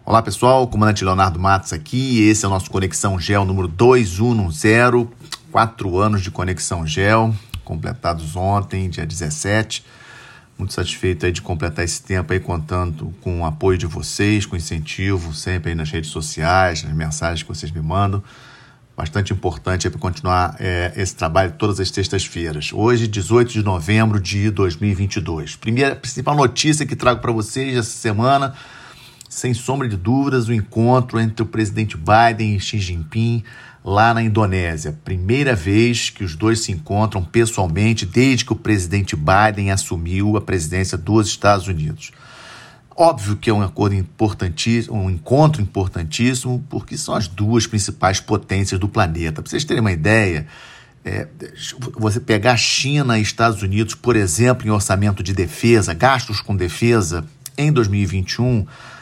Olá pessoal, comandante Leonardo Matos aqui, esse é o nosso Conexão Gel número 210, 4 anos de Conexão Gel, completados ontem, dia 17, muito satisfeito aí de completar esse tempo aí, contando com o apoio de vocês, com incentivo sempre aí nas redes sociais, nas mensagens que vocês me mandam, bastante importante para continuar esse trabalho todas as sextas-feiras. Hoje, 18 de novembro de 2022. Principal notícia que trago para vocês essa semana, sem sombra de dúvidas, o encontro entre o presidente Biden e Xi Jinping lá na Indonésia. Primeira vez que os dois se encontram pessoalmente desde que o presidente Biden assumiu a presidência dos Estados Unidos. Óbvio que é um acordo importantíssimo, um encontro importantíssimo, porque são as duas principais potências do planeta. Para vocês terem uma ideia, você pegar a China e Estados Unidos, por exemplo, em orçamento de defesa, gastos com defesa, em 2021,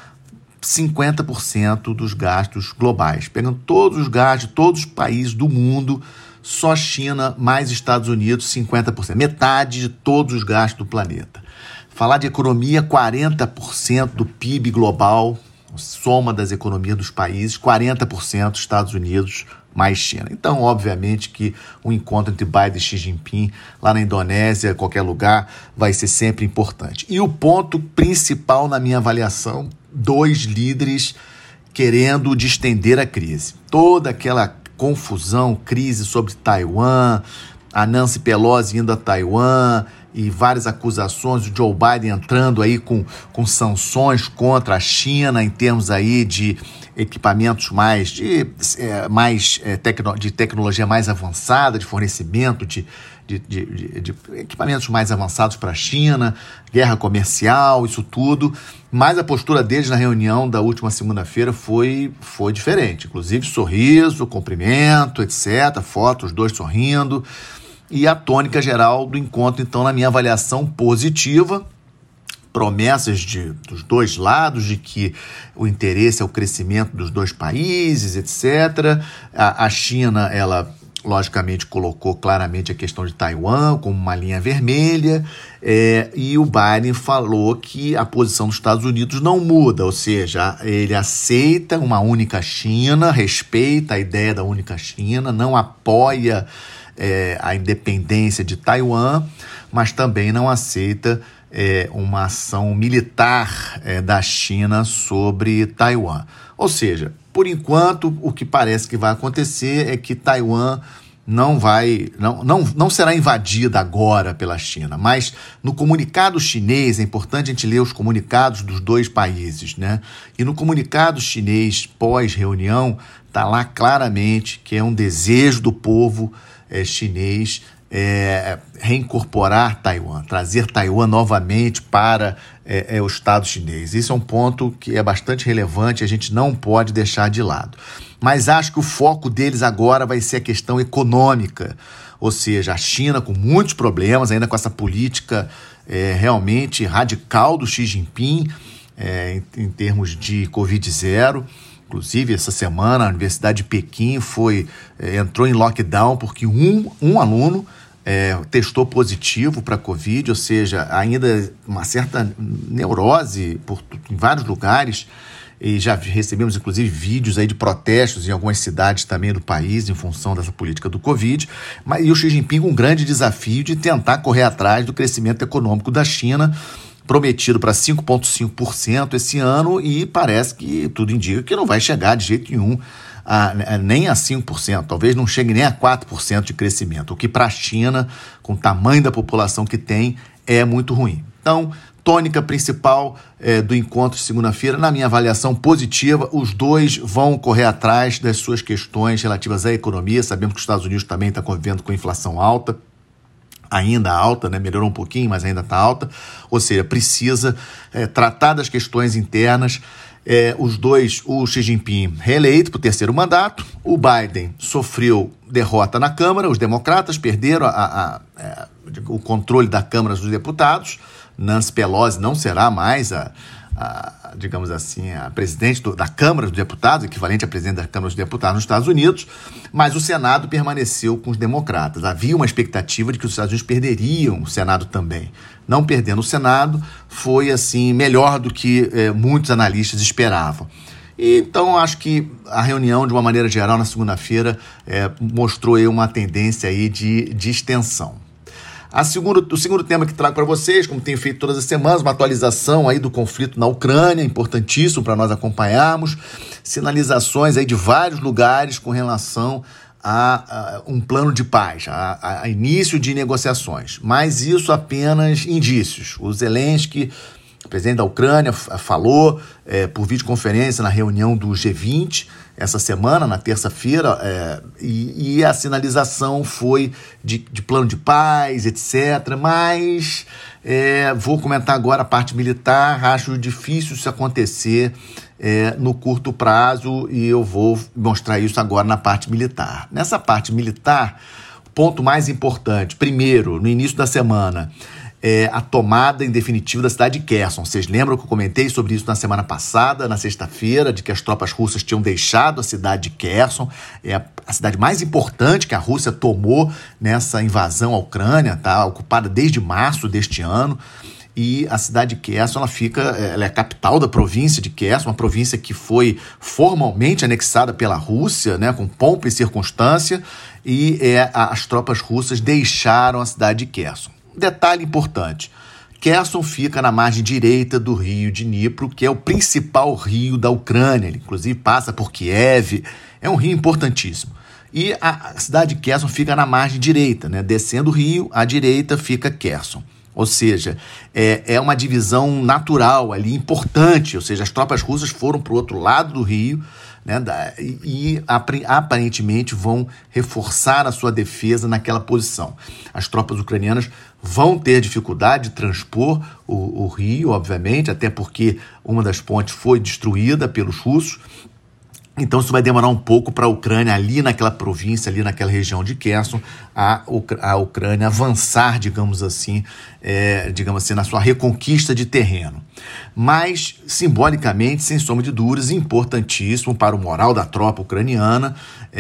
50% dos gastos globais. Pegando todos os gastos de todos os países do mundo, só China mais Estados Unidos, 50%. Metade de todos os gastos do planeta. Falar de economia, 40% do PIB global, soma das economias dos países, 40% Estados Unidos mais China. Então, obviamente que o encontro entre Biden e Xi Jinping lá na Indonésia, qualquer lugar, vai ser sempre importante. E o ponto principal na minha avaliação, dois líderes querendo distender a crise. Toda aquela confusão, crise sobre Taiwan, a Nancy Pelosi indo a Taiwan e várias acusações, o Joe Biden entrando aí com sanções contra a China em termos aí de equipamentos de tecnologia mais avançada, de fornecimento de equipamentos mais avançados para a China, guerra comercial, isso tudo. Mas a postura deles na reunião da última segunda-feira foi diferente. Inclusive sorriso, cumprimento, etc. Fotos, os dois sorrindo. E a tônica geral do encontro, então, na minha avaliação, positiva. Promessas dos dois lados de que o interesse é o crescimento dos dois países, etc. A China, ela logicamente colocou claramente a questão de Taiwan como uma linha vermelha, e o Biden falou que a posição dos Estados Unidos não muda, ou seja, ele aceita uma única China, respeita a ideia da única China, não apoia a independência de Taiwan, mas também não aceita uma ação militar da China sobre Taiwan. Ou seja, por enquanto, o que parece que vai acontecer é que Taiwan não será invadida agora pela China, mas no comunicado chinês, é importante a gente ler os comunicados dos dois países, né? E no comunicado chinês pós-reunião está lá claramente que é um desejo do povo chinês reincorporar Taiwan, trazer Taiwan novamente para o Estado chinês. Isso é um ponto que é bastante relevante, a gente não pode deixar de lado. Mas acho que o foco deles agora vai ser a questão econômica, ou seja, a China com muitos problemas, ainda com essa política realmente radical do Xi Jinping em termos de Covid-0. Inclusive, essa semana, a Universidade de Pequim entrou em lockdown porque um aluno testou positivo para Covid, ou seja, ainda uma certa neurose em vários lugares, e já recebemos, inclusive, vídeos aí de protestos em algumas cidades também do país em função dessa política do Covid, e o Xi Jinping com um grande desafio de tentar correr atrás do crescimento econômico da China, prometido para 5,5% esse ano, e parece que tudo indica que não vai chegar de jeito nenhum nem a 5%, talvez não chegue nem a 4% de crescimento, o que para a China, com o tamanho da população que tem, é muito ruim. Então, tônica principal do encontro de segunda-feira, na minha avaliação positiva, os dois vão correr atrás das suas questões relativas à economia. Sabemos que os Estados Unidos também está convivendo com inflação alta, ainda alta, né? Melhorou um pouquinho, mas ainda está alta, ou seja, precisa tratar das questões internas. Os dois, o Xi Jinping reeleito para o terceiro mandato, o Biden sofreu derrota na Câmara, os democratas perderam o controle da Câmara dos Deputados, Nancy Pelosi não será mais digamos assim, a presidente da Câmara dos Deputados, equivalente à presidente da Câmara dos Deputados nos Estados Unidos, mas o Senado permaneceu com os democratas. Havia uma expectativa de que os Estados Unidos perderiam o Senado também. Não perdendo o Senado, foi assim melhor do que muitos analistas esperavam. E então acho que a reunião, de uma maneira geral, na segunda-feira, mostrou aí uma tendência aí de extensão. O segundo tema que trago para vocês, como tenho feito todas as semanas, uma atualização aí do conflito na Ucrânia, importantíssimo para nós acompanharmos, sinalizações aí de vários lugares com relação a um plano de paz, a início de negociações, mas isso apenas indícios. O Zelensky, presidente da Ucrânia, falou por videoconferência na reunião do G20 essa semana, na terça-feira, e a sinalização foi de plano de paz, etc. Mas vou comentar agora a parte militar. Acho difícil isso acontecer no curto prazo e eu vou mostrar isso agora na parte militar. Nessa parte militar, o ponto mais importante, primeiro, no início da semana, a tomada em definitivo da cidade de Kherson. Vocês lembram que eu comentei sobre isso na semana passada, na sexta-feira, de que as tropas russas tinham deixado a cidade de Kherson, a cidade mais importante que a Rússia tomou nessa invasão à Ucrânia, está ocupada desde março deste ano, e a cidade de Kherson, ela é a capital da província de Kherson, uma província que foi formalmente anexada pela Rússia, né, com pompa e circunstância, e as tropas russas deixaram a cidade de Kherson. Detalhe importante, Kherson fica na margem direita do rio Dnipro, que é o principal rio da Ucrânia. Ele, inclusive, passa por Kiev, é um rio importantíssimo. E a cidade de Kherson fica na margem direita, né? Descendo o rio, à direita fica Kherson. Ou seja, é uma divisão natural ali, importante. Ou seja, as tropas russas foram para o outro lado do rio, né, e aparentemente vão reforçar a sua defesa naquela posição. As tropas ucranianas vão ter dificuldade de transpor o rio, obviamente, até porque uma das pontes foi destruída pelos russos. Então isso vai demorar um pouco para a Ucrânia, ali naquela província, ali naquela região de Kherson, a Ucrânia avançar, digamos assim, na sua reconquista de terreno. Mas, simbolicamente, sem sombra de dúvidas, importantíssimo para o moral da tropa ucraniana,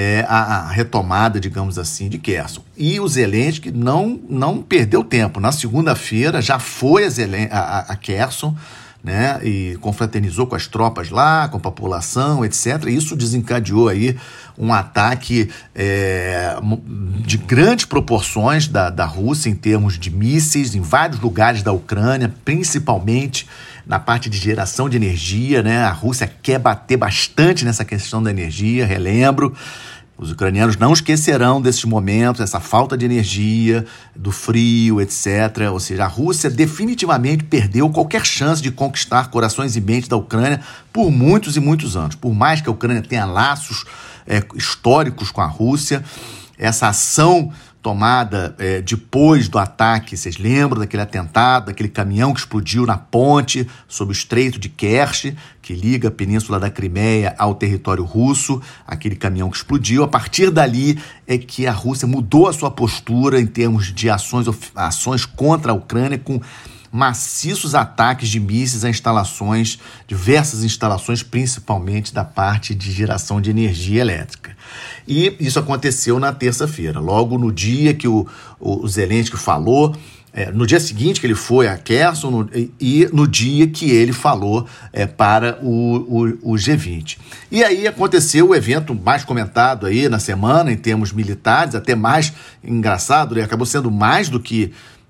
a retomada, digamos assim, de Kherson. E o Zelensky não perdeu tempo. Na segunda-feira já foi a Kherson, né, e confraternizou com as tropas lá, com a população, etc. Isso desencadeou aí um ataque de grandes proporções da Rússia em termos de mísseis em vários lugares da Ucrânia, principalmente na parte de geração de energia, né? A Rússia quer bater bastante nessa questão da energia, relembro. Os ucranianos não esquecerão desses momentos, essa falta de energia, do frio, etc. Ou seja, a Rússia definitivamente perdeu qualquer chance de conquistar corações e mentes da Ucrânia por muitos e muitos anos. Por mais que a Ucrânia tenha laços históricos com a Rússia, essa ação tomada depois do ataque, vocês lembram daquele atentado, daquele caminhão que explodiu na ponte sobre o Estreito de Kerch, que liga a Península da Crimeia ao território russo, aquele caminhão que explodiu. A partir dali é que a Rússia mudou a sua postura em termos de ações contra a Ucrânia, com maciços ataques de mísseis a diversas instalações, principalmente da parte de geração de energia elétrica. E isso aconteceu na terça-feira, logo no dia que o Zelensky falou, no dia seguinte que ele foi a Kherson e no dia que ele falou para o G20. E aí aconteceu o evento mais comentado aí na semana, em termos militares, até mais engraçado, acabou sendo mais do que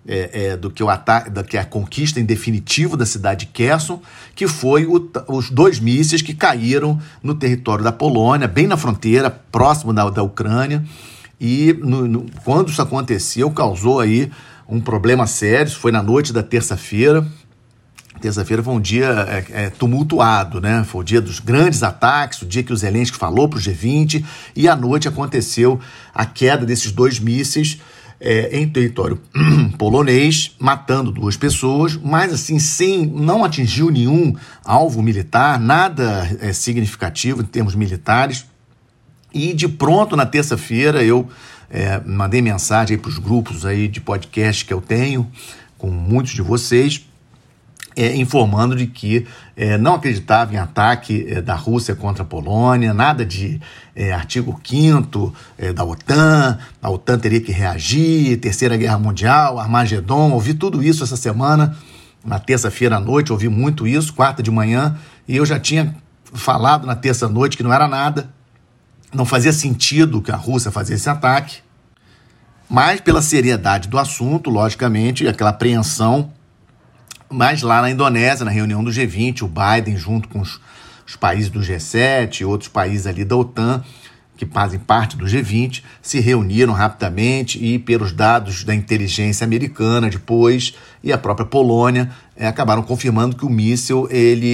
o ataque, do que a conquista em definitivo da cidade de Kherson, que foi os 2 mísseis que caíram no território da Polônia, bem na fronteira, próximo da Ucrânia, e quando isso aconteceu, causou aí um problema sério. Isso foi na noite da terça-feira. Terça-feira foi um dia tumultuado, né? Foi o dia dos grandes ataques, o dia que o Zelensky falou para o G20, e à noite aconteceu a queda desses 2 mísseis em território polonês, matando 2 pessoas, mas assim, não atingiu nenhum alvo militar, nada significativo em termos militares. E de pronto, na terça-feira, eu mandei mensagem para os grupos aí de podcast que eu tenho, com muitos de vocês, informando de que não acreditava em ataque da Rússia contra a Polônia, nada de artigo 5º da OTAN, a OTAN teria que reagir, Terceira Guerra Mundial, Armagedon. Ouvi tudo isso essa semana, na terça-feira à noite, ouvi muito isso, quarta de manhã, e eu já tinha falado na terça-noite que não era nada, não fazia sentido que a Rússia fazia esse ataque, mas pela seriedade do assunto, logicamente, aquela apreensão, mas lá na Indonésia, na reunião do G20, o Biden, junto com os países do G7 e outros países ali da OTAN, que fazem parte do G20, se reuniram rapidamente e, pelos dados da inteligência americana depois, e a própria Polônia, acabaram confirmando que o míssil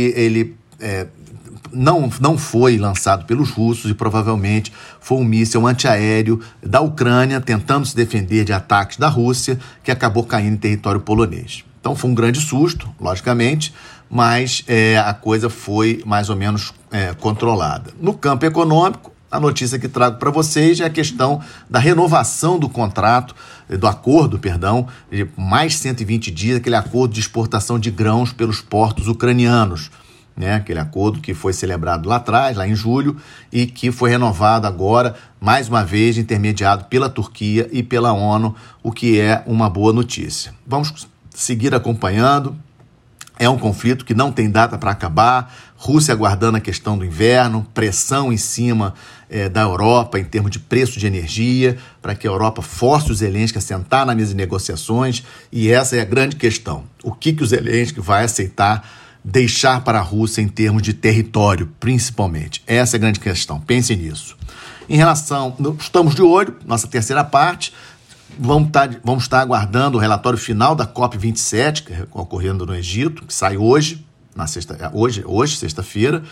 não foi lançado pelos russos e provavelmente foi um míssil antiaéreo da Ucrânia tentando se defender de ataques da Rússia, que acabou caindo em território polonês. Então foi um grande susto, logicamente, mas a coisa foi mais ou menos controlada. No campo econômico, a notícia que trago para vocês é a questão da renovação do contrato, do acordo, de mais 120 dias, aquele acordo de exportação de grãos pelos portos ucranianos, né? Aquele acordo que foi celebrado lá atrás, lá em julho, e que foi renovado agora, mais uma vez, intermediado pela Turquia e pela ONU, o que é uma boa notícia. Vamos seguir acompanhando. É um conflito que não tem data para acabar, Rússia aguardando a questão do inverno, pressão em cima da Europa em termos de preço de energia, para que a Europa force o Zelensky a sentar na mesa de negociações, e essa é a grande questão. O que o Zelensky vai aceitar deixar para a Rússia em termos de território, principalmente? Essa é a grande questão, pense nisso. Em relação, estamos de olho, nossa terceira parte, vamos estar aguardando o relatório final da COP27, que é ocorrendo no Egito, que sai hoje, sexta-feira.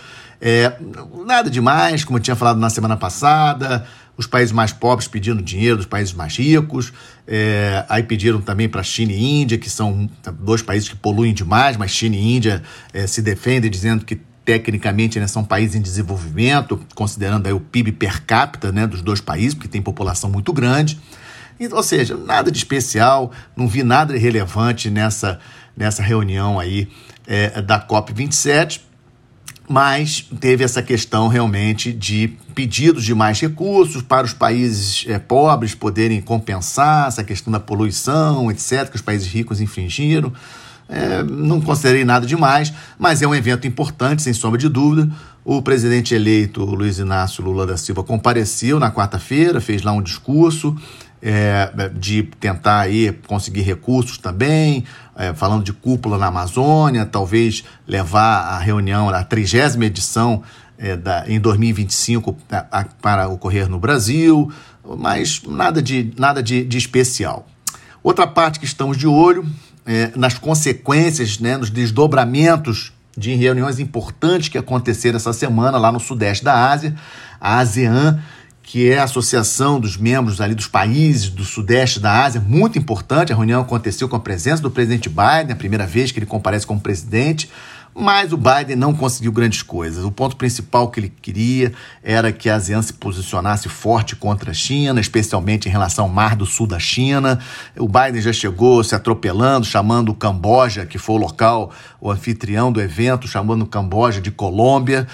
Nada demais, como eu tinha falado na semana passada, os países mais pobres pedindo dinheiro dos países mais ricos, aí pediram também para China e Índia, que são dois países que poluem demais, mas China e Índia se defendem dizendo que tecnicamente, são países em desenvolvimento, considerando aí o PIB per capita, né, dos dois países, porque tem população muito grande. Ou seja, nada de especial, não vi nada de relevante nessa reunião aí da COP27, mas teve essa questão realmente de pedidos de mais recursos para os países pobres poderem compensar essa questão da poluição, etc., que os países ricos infringiram. Não considerei nada demais, mas é um evento importante, sem sombra de dúvida. O presidente eleito, Luiz Inácio Lula da Silva, compareceu na quarta-feira, fez lá um discurso de tentar aí conseguir recursos também, falando de cúpula na Amazônia, talvez levar a reunião, a 30ª edição em 2025 para ocorrer no Brasil, mas nada de especial. Outra parte que estamos de olho, nas consequências, nos desdobramentos de reuniões importantes que aconteceram essa semana lá no sudeste da Ásia, a ASEAN, que é a associação dos membros ali dos países do sudeste da Ásia, muito importante. A reunião aconteceu com a presença do presidente Biden, a primeira vez que ele comparece como presidente, mas o Biden não conseguiu grandes coisas. O ponto principal que ele queria era que a ASEAN se posicionasse forte contra a China, especialmente em relação ao Mar do Sul da China. O Biden já chegou se atropelando, chamando o Camboja, que foi o anfitrião do evento, chamando o Camboja de Colômbia.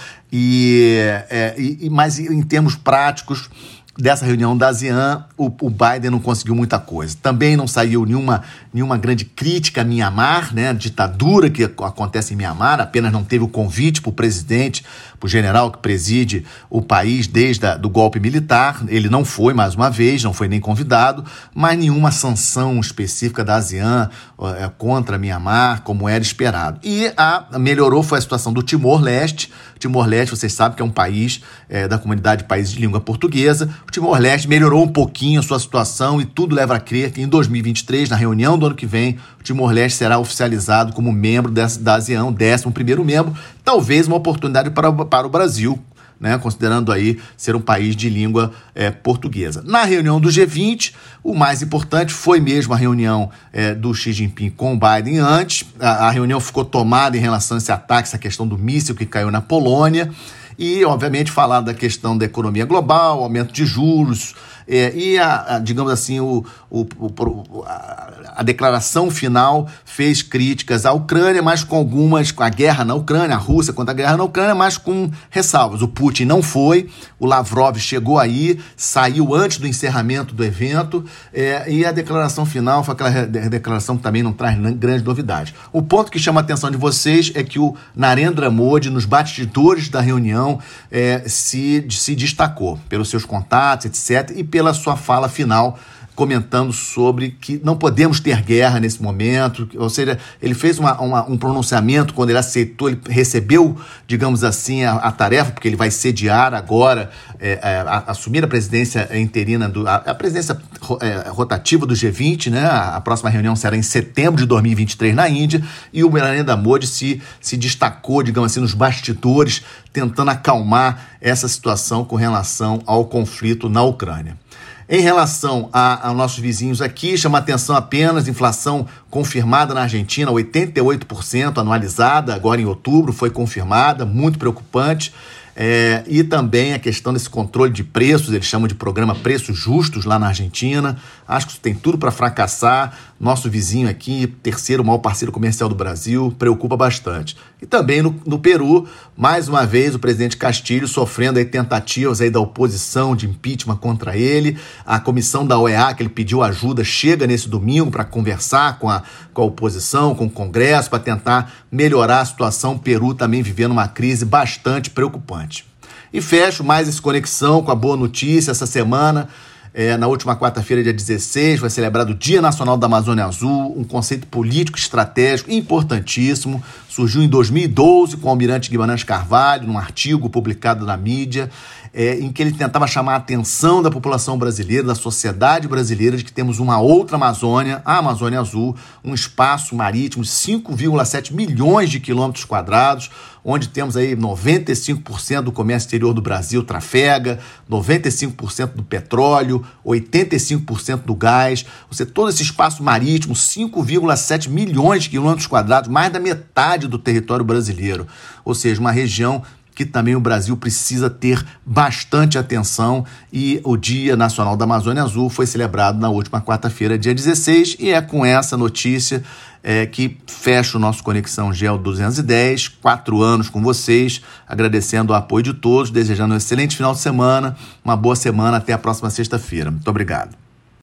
Mas em termos práticos dessa reunião da ASEAN, o Biden não conseguiu muita coisa. Também não saiu nenhuma grande crítica a Mianmar, a ditadura que acontece em Mianmar, apenas não teve o convite para o presidente, para o general que preside o país desde o golpe militar. Ele não foi, mais uma vez, não foi nem convidado, mas nenhuma sanção específica da ASEAN contra Mianmar, como era esperado. E melhorou foi a situação do Timor-Leste. Timor-Leste, vocês sabem que é um país da comunidade de países de língua portuguesa. O Timor-Leste melhorou um pouquinho a sua situação e tudo leva a crer que em 2023, na reunião do ano que vem, o Timor-Leste será oficializado como membro da ASEAN, o 11º membro, talvez uma oportunidade para o Brasil, considerando aí ser um país de língua portuguesa. Na reunião do G20, o mais importante foi mesmo a reunião do Xi Jinping com o Biden antes. A reunião ficou tomada em relação a esse ataque, essa questão do míssil que caiu na Polônia, e, obviamente, falar da questão da economia global, aumento de juros, digamos assim, a declaração final fez críticas à Ucrânia, mas com a guerra na Ucrânia, a Rússia contra a guerra na Ucrânia, mas com ressalvas. O Putin não foi, o Lavrov chegou aí, saiu antes do encerramento do evento, e a declaração final foi aquela declaração que também não traz grandes novidades. O ponto que chama a atenção de vocês é que o Narendra Modi, nos bastidores da reunião, se destacou pelos seus contatos, etc., e pela sua fala final, comentando sobre que não podemos ter guerra nesse momento, ou seja, ele fez um pronunciamento quando ele aceitou, ele recebeu, digamos assim, a tarefa, porque ele vai sediar agora, assumir a presidência interina, a presidência rotativa do G20, né? A próxima reunião será em setembro de 2023 na Índia, e o Narendra Modi se destacou, digamos assim, nos bastidores, tentando acalmar essa situação com relação ao conflito na Ucrânia. Em relação aos nossos vizinhos aqui, chama atenção apenas a inflação confirmada na Argentina, 88% anualizada, agora em outubro, foi confirmada, muito preocupante. E também a questão desse controle de preços, eles chamam de programa Preços Justos lá na Argentina. Acho que isso tem tudo para fracassar. Nosso vizinho aqui, terceiro maior parceiro comercial do Brasil, preocupa bastante. E também no Peru, mais uma vez, o presidente Castilho sofrendo aí tentativas aí da oposição de impeachment contra ele. A comissão da OEA, que ele pediu ajuda, chega nesse domingo para conversar com a oposição, com o Congresso, para tentar melhorar a situação. O Peru também vivendo uma crise bastante preocupante. E fecho mais essa conexão com a boa notícia essa semana. Na última quarta-feira, dia 16, vai celebrado o Dia Nacional da Amazônia Azul, um conceito político estratégico importantíssimo. Surgiu em 2012 com o almirante Guimarães Carvalho, num artigo publicado na mídia, em que ele tentava chamar a atenção da população brasileira, da sociedade brasileira, de que temos uma outra Amazônia, a Amazônia Azul, um espaço marítimo de 5,7 milhões de quilômetros quadrados, onde temos aí 95% do comércio exterior do Brasil trafega, 95% do petróleo, 85% do gás, ou seja, todo esse espaço marítimo, 5,7 milhões de quilômetros quadrados, mais da metade do território brasileiro, ou seja, uma região que também o Brasil precisa ter bastante atenção, e o Dia Nacional da Amazônia Azul foi celebrado na última quarta-feira, dia 16, e é com essa notícia que fecha o nosso Conexão GEO 210, 4 anos com vocês, agradecendo o apoio de todos, desejando um excelente final de semana, uma boa semana, até a próxima sexta-feira. Muito obrigado.